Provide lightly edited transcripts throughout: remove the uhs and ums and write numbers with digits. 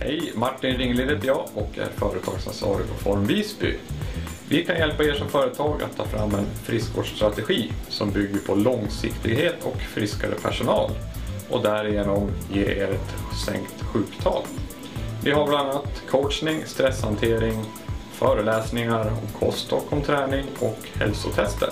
Hej, Martin Ringlid heter jag och är företagsansvarig på Form Visby. Vi kan hjälpa er som företag att ta fram en friskvårdsstrategi som bygger på långsiktighet och friskare personal och därigenom ge er ett sänkt sjuktal. Vi har bland annat coachning, stresshantering, föreläsningar om kost och om träning och hälsotester.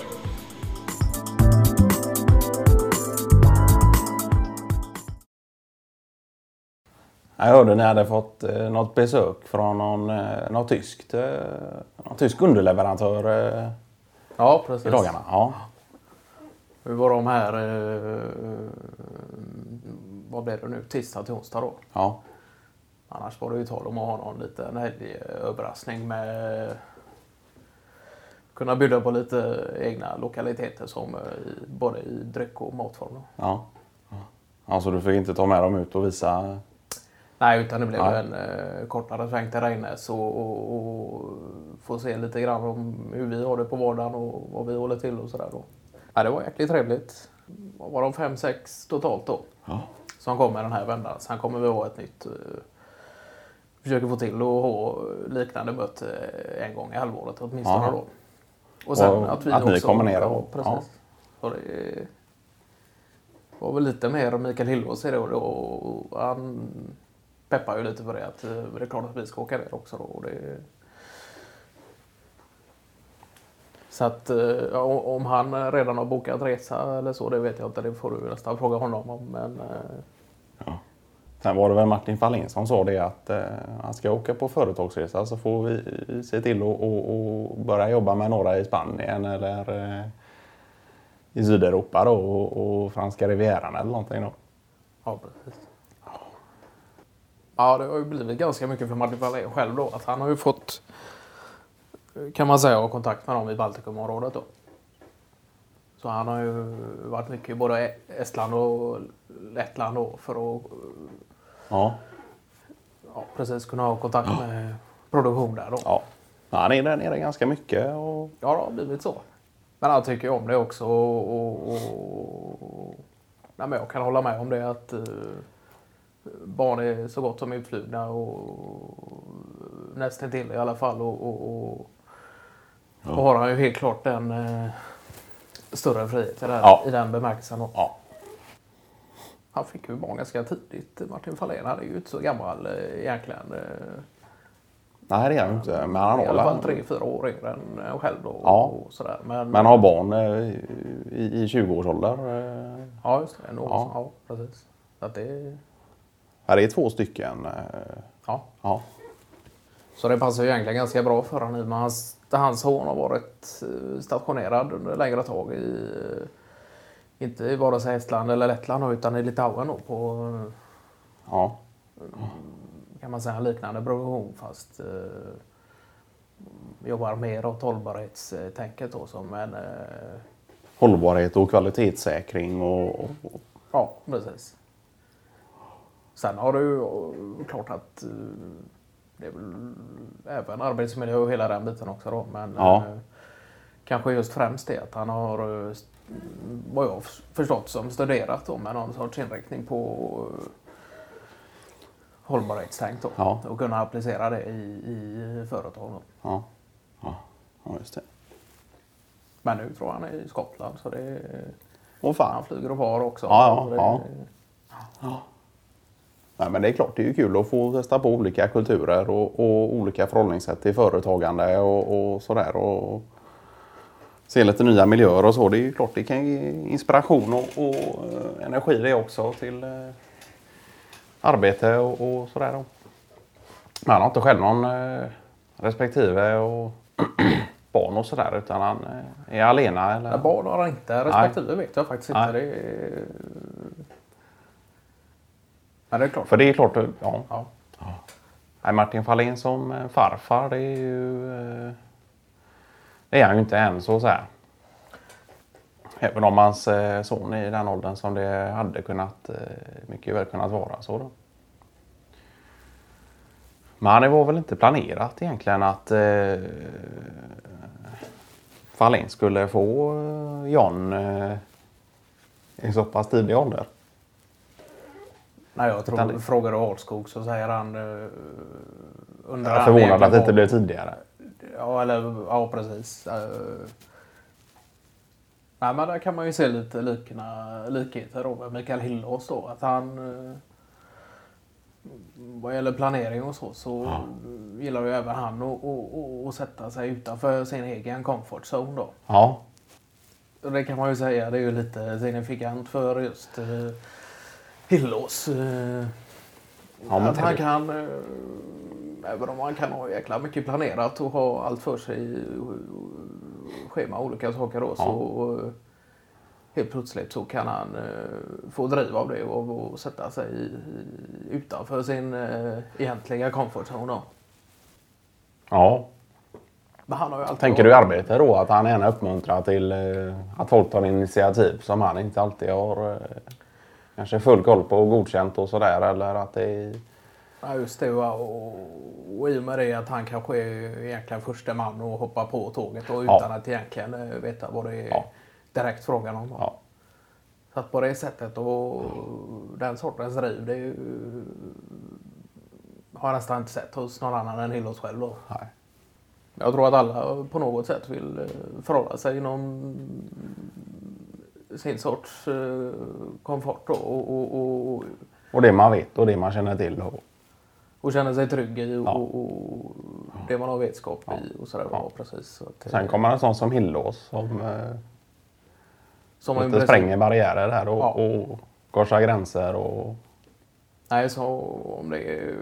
Jag hörde ni hade fått något besök från någon tysk underleverantör Ja, precis. i dagarna. Ja. Vi var de här, vad blev det nu, tisdag till onsdag då. Ja. Annars var det ju tal om att ha någon liten helgöverraskning med kunna bjuda på lite egna lokaliteter som både i dryck och matform. Då. Ja. Alltså du fick inte ta med dem ut och visa? Nej, utan det blev en kortare sväng till Regnäs och få se lite grann om hur vi har det på vardagen och vad vi håller till och sådär då. Ja, det var jäkligt trevligt. Vad var de 5-6 totalt då? Ja. Som kom med den här vändan. Sen kommer vi ha ett nytt. Försöker få till och ha liknande möte en gång i halvåret åtminstone då. Och sen att vi att också ni kommer ner. Ja, precis. Ja. Det var väl lite mer Mikael Hillås i det och han peppar ju lite på det att det är klart att vi ska åka ner också då. Och det... Så att om han redan har bokat resa eller så, det vet jag inte. Det får du nästan fråga honom om. Men, Ja. Sen var det väl Martin Fahlin som sa det att han ska åka på företagsresa så får vi se till att börja jobba med några i Spanien eller i Sydeuropa då och franska rivieran eller någonting då. Ja, precis. Ja, det har ju blivit ganska mycket för Martin Fahlin själv då. Att han har ju fått, kan man säga, ha kontakt med dem i Baltikumområdet då. Så han har ju varit mycket i både Estland och Lettland då för att precis kunna ha kontakt med produktion där då. Ja, han är där nere ganska mycket. Och... Ja, det har blivit så. Men han tycker ju om det också nej, men jag kan hålla med om det att barn är så gott som utflugna och nästan till i alla fall och har han ju helt klart en större frihet i den bemärkelsen. Ja. Han fick ju barn ganska tidigt. Martin Fahlin, han är ju inte så gammal egentligen. Nej, det är han inte. Men han har i alla fall 3-4 år yngre än själv då. Ja. Och sådär. Men har barn i 20-årsåldern. Ja, just det. Ja, precis. Så att det... Här är 2 stycken. Ja. Så det passar ju egentligen ganska bra för honom nu. Men hans son har varit stationerad under längre tag inte i vare sig Estland eller Lettland utan i Litauen då på kan man säga en liknande produktion fast jobbar mer åt hållbarhetstänket då som en hållbarhet och kvalitetssäkring och... Ja, precis. Sen har du ju klart att det är väl även arbetsmiljö och hela den biten också då. Men kanske just främst det att han har, vad jag förstått som studerat då, med någon sorts inriktning på hållbarhetstänk då. Ja. Och kunna applicera det i företag då. Ja, just det. Men nu tror han är i Skottland så det är... Han flyger och far också. Ja. Nej, men det är klart, det är ju kul att få testa på olika kulturer och olika förhållningssätt till företagande och sådär. Och se lite nya miljöer och så. Det är ju klart, det kan ge inspiration och energi det också till arbete och sådär då. Man har inte själv någon respektive och barn och sådär utan han är alena eller? Ja, barn har han inte, respektive vet jag faktiskt inte. Det är... Ja, det är klart. För det är klart, ja. Nej, Martin Fahlin som farfar, det är ju... Det är han ju inte än så att säga. Även om hans son är i den åldern som det hade kunnat, mycket väl kunnat vara så då. Men det var väl inte planerat egentligen att Fahlin skulle få John i så pass tidig ålder. Nej, jag tror frågar du Alskog så säger han jag är förvånad att det inte blev tidigare. Ja, precis. Nej, men där kan man ju se lite likheter då med Mikael Hillås då. Att han, vad gäller planering och så gillar ju även han att sätta sig utanför sin egen comfort zone då. Ja. Och det kan man ju säga, det är ju lite signifikant för just Hillås. Att han kan, även om han kan ha jäkla mycket planerat och ha allt för sig schema olika saker då, så helt plötsligt så kan han få driv av det och sätta sig utanför sin egentliga comfort zone då. Ja. Men han har ju alltid tänker du i arbete då att han gärna uppmuntrar till att folk tar initiativ som han inte alltid har kanske full koll på och godkänt och sådär, eller att det är... Ja, just det, och i och med det att han kanske är egentligen första man och hoppar på tåget och utan att egentligen veta vad det är direkt frågan om. Ja. Så att på det sättet och den sortens driv, det är ju, har jag nästan inte sett hos någon annan än Hillås själv då. Nej. Jag tror att alla på något sätt vill förhålla sig inom sin sorts komfort då, och det man vet och det man känner till och känner sig trygg i och det man har vetskap i och sådär. Ja. Precis. Så att, sen kommer en sån som Hillås som inte spränger barriärer där och korsar gränser och... Nej, så om det är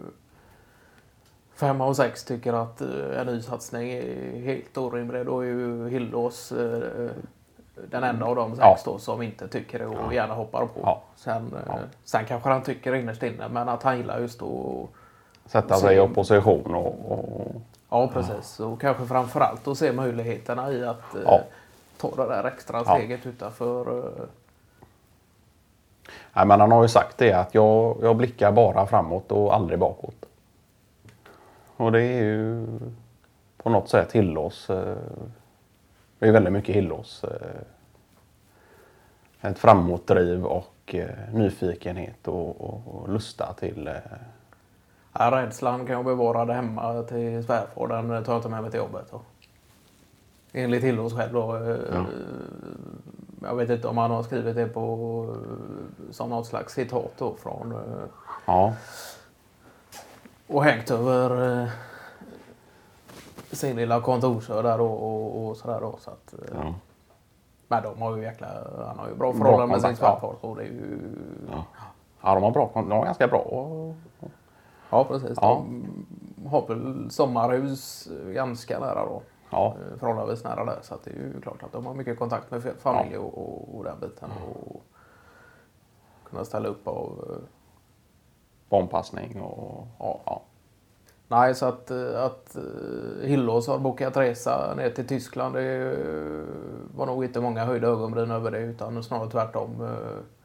5 av 6 tycker att en ny satsning är helt orimlig, då är ju Hillås den enda av de 6 då som inte tycker det och gärna hoppar på. Ja. Sen kanske han tycker innerst inne, men att han gillar just att sätta sig i opposition och... Ja, precis. Och kanske framförallt att se möjligheterna i att ta det där extra steget utanför... Nej, men han har ju sagt det att jag blickar bara framåt och aldrig bakåt. Och det är ju på något sätt Hillås. Det är väldigt mycket Hillås. Ett framåtdriv och nyfikenhet och lusta till... Ja, rädslan kan jag bevara det hemma till svärfar. Den tar jag inte med mig till jobbet. Då. Enligt Hillås själv då. Jag vet inte om han har skrivit det på som något slags citat då från... Och hängt över sin lilla kontorsö där och sådär då. Så att, men de har ju han har ju bra förhållanden med sin svärfar. Så det är ju... Ja, de har ganska bra. Ja, precis. De har väl sommarhus ganska nära då. Ja. Förhållandevis nära där. Så att det är ju klart att de har mycket kontakt med familj och den biten. Och kunna ställa upp av... Bompassning och... Ja. Nej, så att Hillås har bokat resa ner till Tyskland. Det var nog inte många höjda ögonbryn över det, utan snarare tvärtom.